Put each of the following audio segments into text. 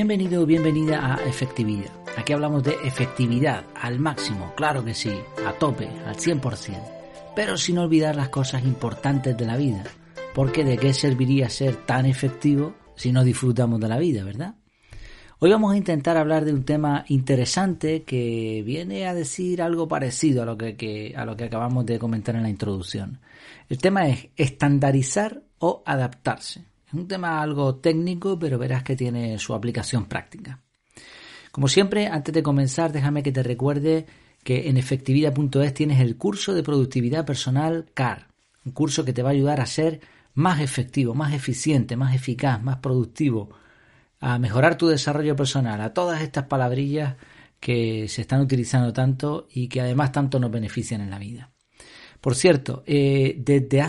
Bienvenido o bienvenida a Efectividad. Aquí hablamos de efectividad al máximo, claro que sí, a tope, al 100%, pero sin olvidar las cosas importantes de la vida, porque ¿de qué serviría ser tan efectivo si no disfrutamos de la vida, verdad? Hoy vamos a intentar hablar de un tema interesante que viene a decir algo parecido a lo que acabamos de comentar en la introducción. El tema es estandarizar o adaptarse. Es un tema algo técnico, pero verás que tiene su aplicación práctica. Como siempre, antes de comenzar, déjame que te recuerde que en efectividad.es tienes el curso de productividad personal CAR, un curso que te va a ayudar a ser más efectivo, más eficiente, más eficaz, más productivo, a mejorar tu desarrollo personal, a todas estas palabrillas que se están utilizando tanto y que además tanto nos benefician en la vida. Por cierto, desde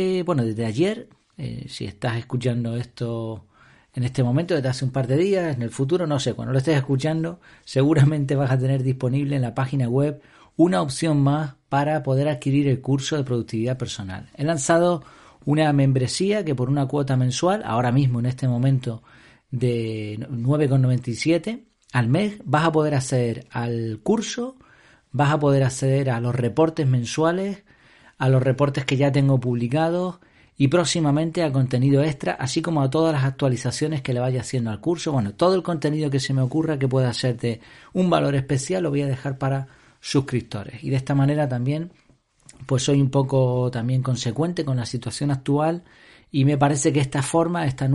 ayer, si estás escuchando esto en este momento, desde hace un par de días, en el futuro, no sé, cuando lo estés escuchando, seguramente vas a tener disponible en la página web una opción más para poder adquirir el curso de productividad personal. He lanzado una membresía que por una cuota mensual, ahora mismo en este momento, de 9,97 al mes, vas a poder acceder al curso, vas a poder acceder a los reportes mensuales, a los reportes que ya tengo publicados y próximamente a contenido extra, así como a todas las actualizaciones que le vaya haciendo al curso. Bueno, todo el contenido que se me ocurra que pueda ser de un valor especial lo voy a dejar para suscriptores. Y de esta manera también pues soy un poco también consecuente con la situación actual y me parece que esta forma, este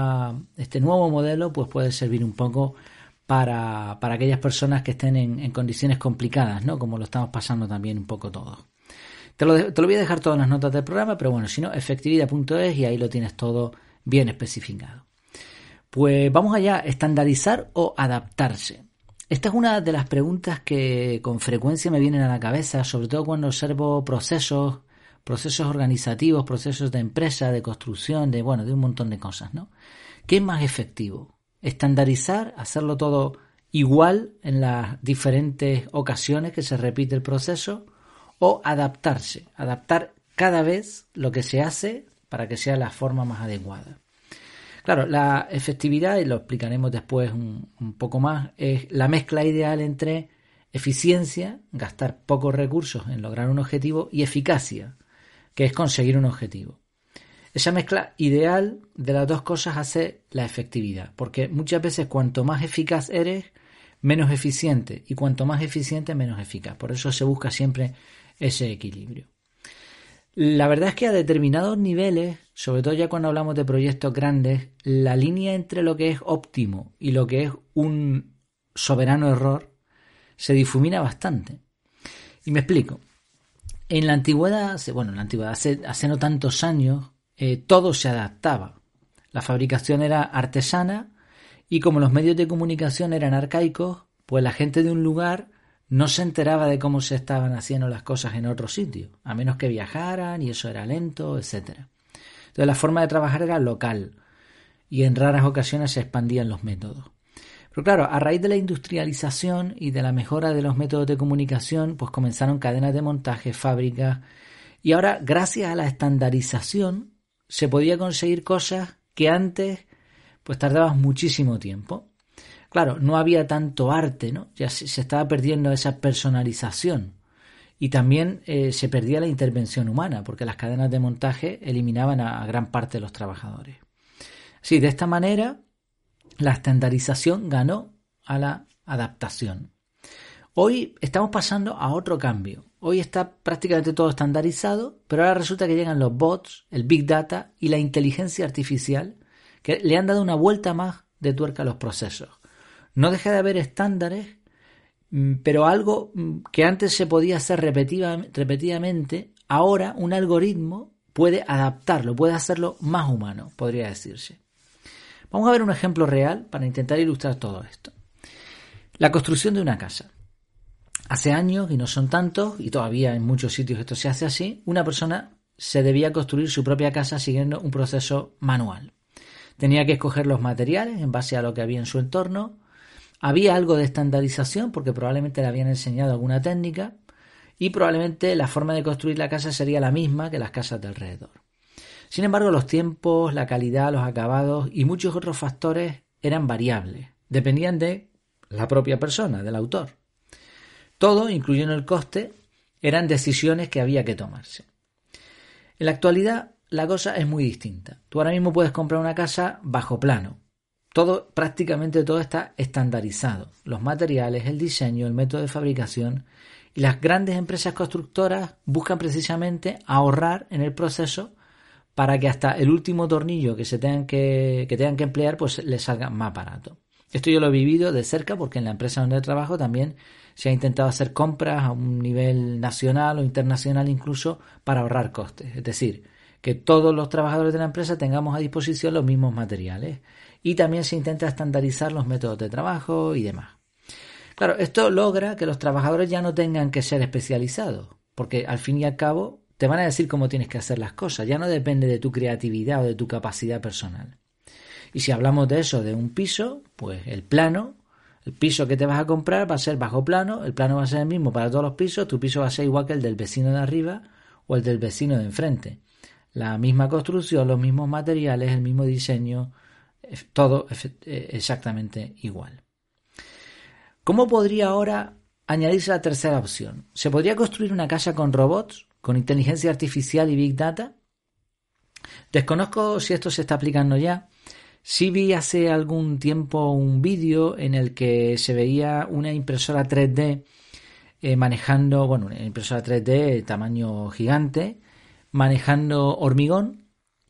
nuevo modelo pues puede servir un poco para aquellas personas que estén en condiciones complicadas, ¿no? Como lo estamos pasando también un poco todos. Te lo voy a dejar todo en las notas del programa, pero bueno, si no, efectividad.es y ahí lo tienes todo bien especificado. Pues vamos allá, estandarizar o adaptarse. Esta es una de las preguntas que con frecuencia me vienen a la cabeza, sobre todo cuando observo procesos organizativos, procesos de empresa, de construcción, de un montón de cosas, ¿no? ¿Qué es más efectivo? ¿Estandarizar, hacerlo todo igual en las diferentes ocasiones que se repite el proceso? ¿O adaptarse? Adaptar cada vez lo que se hace para que sea la forma más adecuada. Claro, la efectividad, y lo explicaremos después un poco más, es la mezcla ideal entre eficiencia, gastar pocos recursos en lograr un objetivo, y eficacia, que es conseguir un objetivo. Esa mezcla ideal de las dos cosas hace la efectividad, porque muchas veces cuanto más eficaz eres, menos eficiente, y cuanto más eficiente, menos eficaz. Por eso se busca siempre ese equilibrio. La verdad es que a determinados niveles, sobre todo ya cuando hablamos de proyectos grandes, la línea entre lo que es óptimo y lo que es un soberano error se difumina bastante. Y me explico. En la antigüedad, hace no tantos años, todo se adaptaba. La fabricación era artesana y como los medios de comunicación eran arcaicos, pues la gente de un lugar no se enteraba de cómo se estaban haciendo las cosas en otro sitio, a menos que viajaran y eso era lento, etc. Entonces la forma de trabajar era local y en raras ocasiones se expandían los métodos. Pero claro, a raíz de la industrialización y de la mejora de los métodos de comunicación, pues comenzaron cadenas de montaje, fábricas, y ahora gracias a la estandarización se podía conseguir cosas que antes pues tardabas muchísimo tiempo. Claro, no había tanto arte, ¿no? Ya se estaba perdiendo esa personalización y también se perdía la intervención humana porque las cadenas de montaje eliminaban a gran parte de los trabajadores. Sí, de esta manera la estandarización ganó a la adaptación. Hoy estamos pasando a otro cambio. Hoy está prácticamente todo estandarizado, pero ahora resulta que llegan los bots, el Big Data y la inteligencia artificial que le han dado una vuelta más de tuerca a los procesos. No deja de haber estándares, pero algo que antes se podía hacer repetidamente, ahora un algoritmo puede adaptarlo, puede hacerlo más humano, podría decirse. Vamos a ver un ejemplo real para intentar ilustrar todo esto. La construcción de una casa. Hace años, y no son tantos, y todavía en muchos sitios esto se hace así, una persona se debía construir su propia casa siguiendo un proceso manual. Tenía que escoger los materiales en base a lo que había en su entorno. Había algo de estandarización porque probablemente le habían enseñado alguna técnica y probablemente la forma de construir la casa sería la misma que las casas de alrededor. Sin embargo, los tiempos, la calidad, los acabados y muchos otros factores eran variables. dependían de la propia persona, del autor. Todo, incluyendo el coste, eran decisiones que había que tomarse. En la actualidad la cosa es muy distinta. Tú ahora mismo puedes comprar una casa bajo plano. Prácticamente todo está estandarizado. Los materiales, el diseño, el método de fabricación, y las grandes empresas constructoras buscan precisamente ahorrar en el proceso para que hasta el último tornillo que tengan que emplear pues les salga más barato. Esto yo lo he vivido de cerca porque en la empresa donde trabajo también se ha intentado hacer compras a un nivel nacional o internacional incluso para ahorrar costes. Es decir, que todos los trabajadores de la empresa tengamos a disposición los mismos materiales. Y también se intenta estandarizar los métodos de trabajo y demás. Claro, esto logra que los trabajadores ya no tengan que ser especializados, porque al fin y al cabo te van a decir cómo tienes que hacer las cosas. Ya no depende de tu creatividad o de tu capacidad personal. Y si hablamos de eso, de un piso, pues el piso que te vas a comprar va a ser bajo plano, el plano va a ser el mismo para todos los pisos, tu piso va a ser igual que el del vecino de arriba o el del vecino de enfrente. La misma construcción, los mismos materiales, el mismo diseño, todo exactamente igual. ¿Cómo podría ahora añadirse la tercera opción? ¿Se podría construir una casa con robots, con inteligencia artificial y Big Data? Desconozco si esto se está aplicando ya. Sí vi hace algún tiempo un vídeo en el que se veía una impresora 3D manejando, una impresora 3D tamaño gigante, manejando hormigón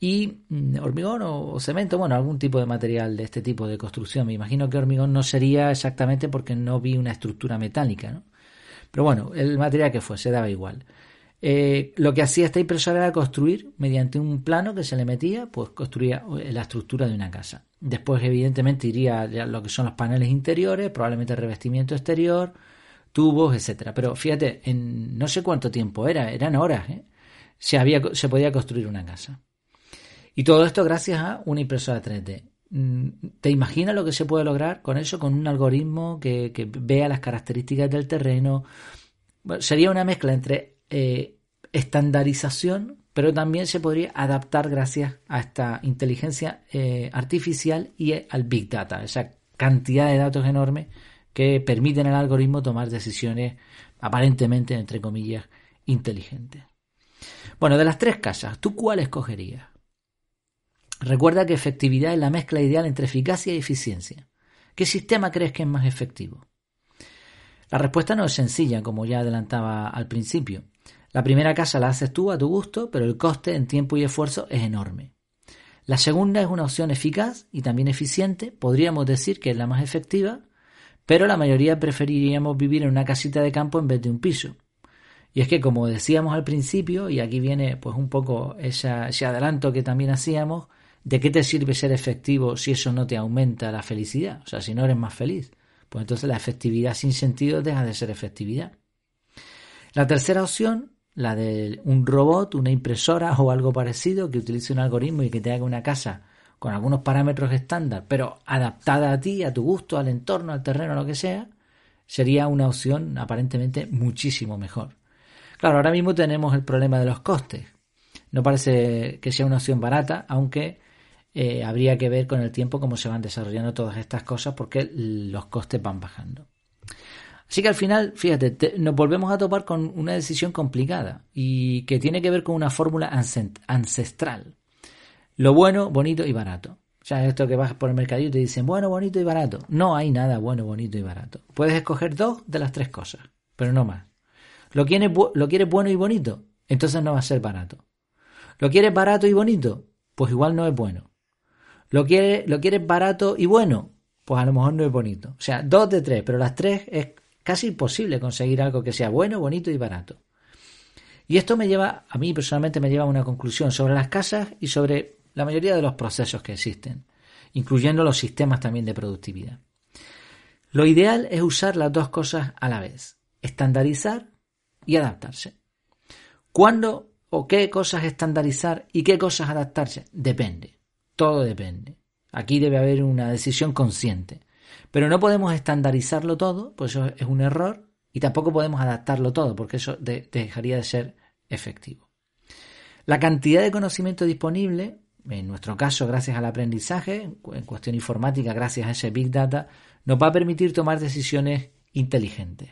o cemento, algún tipo de material de este tipo de construcción. Me imagino que hormigón no sería exactamente porque no vi una estructura metálica, ¿no? Pero el material que fuese daba igual. Lo que hacía esta impresora era construir mediante un plano que se le metía, pues construía la estructura de una casa. Después evidentemente iría a lo que son los paneles interiores, probablemente el revestimiento exterior, tubos, etcétera. Pero fíjate, en no sé cuánto tiempo eran horas, se podía construir una casa. Y todo esto gracias a una impresora 3D. ¿Te imaginas lo que se puede lograr con eso? Con un algoritmo que vea las características del terreno. Sería una mezcla entre estandarización, pero también se podría adaptar gracias a esta inteligencia artificial y al Big Data, esa cantidad de datos enormes que permiten al algoritmo tomar decisiones aparentemente, entre comillas, inteligentes. De las tres casas, ¿tú cuál escogerías? Recuerda que efectividad es la mezcla ideal entre eficacia y eficiencia. ¿Qué sistema crees que es más efectivo? La respuesta no es sencilla, como ya adelantaba al principio. La primera casa la haces tú a tu gusto, pero el coste en tiempo y esfuerzo es enorme. La segunda es una opción eficaz y también eficiente, podríamos decir que es la más efectiva, pero la mayoría preferiríamos vivir en una casita de campo en vez de un piso. Y es que, como decíamos al principio, y aquí viene pues un poco ese adelanto que también hacíamos, ¿de qué te sirve ser efectivo si eso no te aumenta la felicidad? O sea, si no eres más feliz. Pues entonces la efectividad sin sentido deja de ser efectividad. La tercera opción, la de un robot, una impresora o algo parecido que utilice un algoritmo y que te haga una casa con algunos parámetros estándar, pero adaptada a ti, a tu gusto, al entorno, al terreno, lo que sea, sería una opción aparentemente muchísimo mejor. Claro, ahora mismo tenemos el problema de los costes. No parece que sea una opción barata, aunque habría que ver con el tiempo cómo se van desarrollando todas estas cosas porque los costes van bajando. Así que al final, fíjate, nos volvemos a topar con una decisión complicada y que tiene que ver con una fórmula ancestral. Lo bueno, bonito y barato. O sea, esto que vas por el mercadillo y te dicen bueno, bonito y barato. No hay nada bueno, bonito y barato. Puedes escoger dos de las tres cosas, pero no más. ¿Lo quieres bueno y bonito? Entonces no va a ser barato. ¿Lo quieres barato y bonito? Pues igual no es bueno. ¿Lo quieres barato y bueno? Pues a lo mejor no es bonito. O sea, 2 de 3, pero las 3 es casi imposible conseguir algo que sea bueno, bonito y barato. Y esto a mí personalmente me lleva a una conclusión sobre las casas y sobre la mayoría de los procesos que existen, incluyendo los sistemas también de productividad. Lo ideal es usar las dos cosas a la vez, estandarizar y adaptarse. ¿Cuándo o qué cosas estandarizar y qué cosas adaptarse? Depende. Todo depende. Aquí debe haber una decisión consciente. Pero no podemos estandarizarlo todo, pues eso es un error, y tampoco podemos adaptarlo todo, porque eso dejaría de ser efectivo. La cantidad de conocimiento disponible en nuestro caso gracias al aprendizaje, en cuestión informática gracias a ese Big Data, nos va a permitir tomar decisiones inteligentes.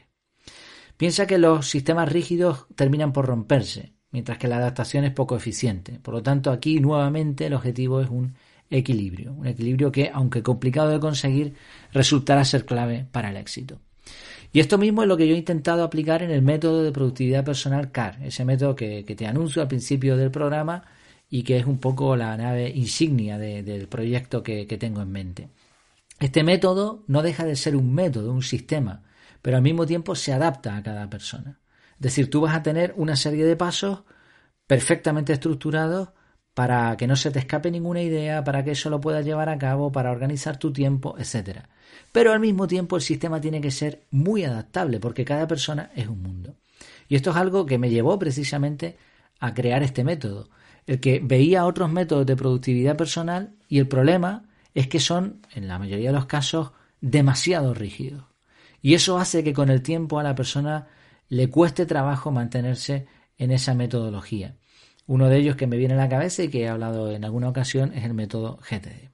Piensa que los sistemas rígidos terminan por romperse, mientras que la adaptación es poco eficiente. Por lo tanto, aquí nuevamente el objetivo es un equilibrio que, aunque complicado de conseguir, resultará ser clave para el éxito. Y esto mismo es lo que yo he intentado aplicar en el método de productividad personal CAR, ese método que te anuncio al principio del programa y que es un poco la nave insignia del proyecto que tengo en mente. Este método no deja de ser un método, un sistema, pero al mismo tiempo se adapta a cada persona. Es decir, tú vas a tener una serie de pasos perfectamente estructurados para que no se te escape ninguna idea, para que eso lo puedas llevar a cabo, para organizar tu tiempo, etc. Pero al mismo tiempo el sistema tiene que ser muy adaptable porque cada persona es un mundo. Y esto es algo que me llevó precisamente a crear este método, el que veía otros métodos de productividad personal y el problema es que son, en la mayoría de los casos, demasiado rígidos. Y eso hace que con el tiempo a la persona le cueste trabajo mantenerse en esa metodología. Uno de ellos que me viene a la cabeza y que he hablado en alguna ocasión es el método GTD.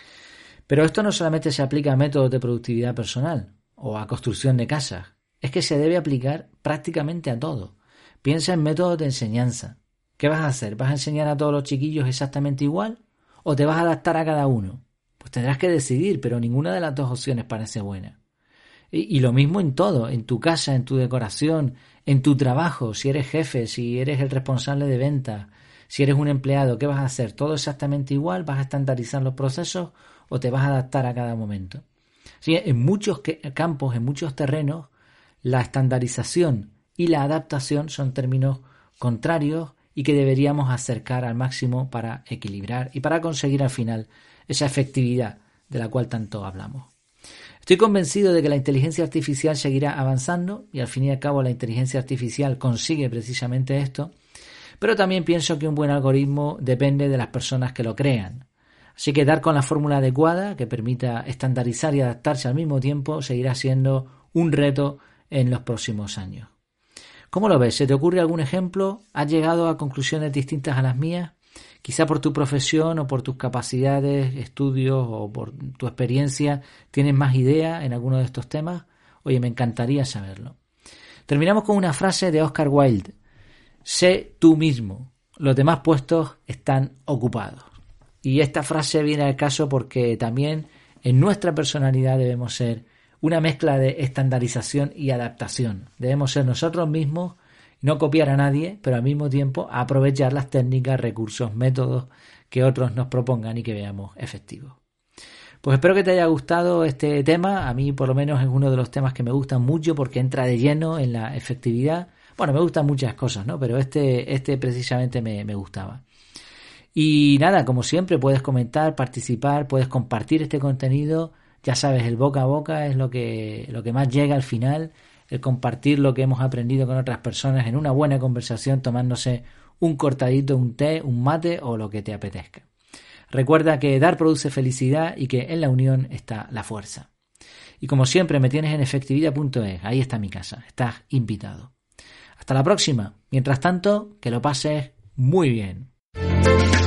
Pero esto no solamente se aplica a métodos de productividad personal o a construcción de casas, es que se debe aplicar prácticamente a todo. Piensa en métodos de enseñanza. ¿Qué vas a hacer? ¿Vas a enseñar a todos los chiquillos exactamente igual o te vas a adaptar a cada uno? Pues tendrás que decidir, pero ninguna de las dos opciones parece buena. Y lo mismo en todo, en tu casa, en tu decoración, en tu trabajo, si eres jefe, si eres el responsable de ventas, si eres un empleado, ¿qué vas a hacer? ¿Todo exactamente igual? ¿Vas a estandarizar los procesos o te vas a adaptar a cada momento? Sí, en muchos campos, en muchos terrenos, la estandarización y la adaptación son términos contrarios y que deberíamos acercar al máximo para equilibrar y para conseguir al final esa efectividad de la cual tanto hablamos. Estoy convencido de que la inteligencia artificial seguirá avanzando y al fin y al cabo la inteligencia artificial consigue precisamente esto, pero también pienso que un buen algoritmo depende de las personas que lo crean. Así que dar con la fórmula adecuada que permita estandarizar y adaptarse al mismo tiempo seguirá siendo un reto en los próximos años. ¿Cómo lo ves? ¿Se te ocurre algún ejemplo? ¿Has llegado a conclusiones distintas a las mías? Quizá por tu profesión o por tus capacidades, estudios o por tu experiencia tienes más idea en alguno de estos temas. Oye, me encantaría saberlo. Terminamos con una frase de Oscar Wilde. Sé tú mismo. Los demás puestos están ocupados. Y esta frase viene al caso porque también en nuestra personalidad debemos ser una mezcla de estandarización y adaptación. Debemos ser nosotros mismos, no copiar a nadie, pero al mismo tiempo aprovechar las técnicas, recursos, métodos que otros nos propongan y que veamos efectivos. Pues espero que te haya gustado este tema. A mí por lo menos es uno de los temas que me gustan mucho porque entra de lleno en la efectividad. Bueno, me gustan muchas cosas, ¿no? Pero este precisamente me gustaba. Y nada, como siempre puedes comentar, participar, puedes compartir este contenido. Ya sabes, el boca a boca es lo que más llega al final. El compartir lo que hemos aprendido con otras personas en una buena conversación, tomándose un cortadito, un té, un mate o lo que te apetezca. Recuerda que dar produce felicidad y que en la unión está la fuerza. Y como siempre me tienes en efectividad.es, ahí está mi casa, estás invitado. Hasta la próxima. Mientras tanto, que lo pases muy bien.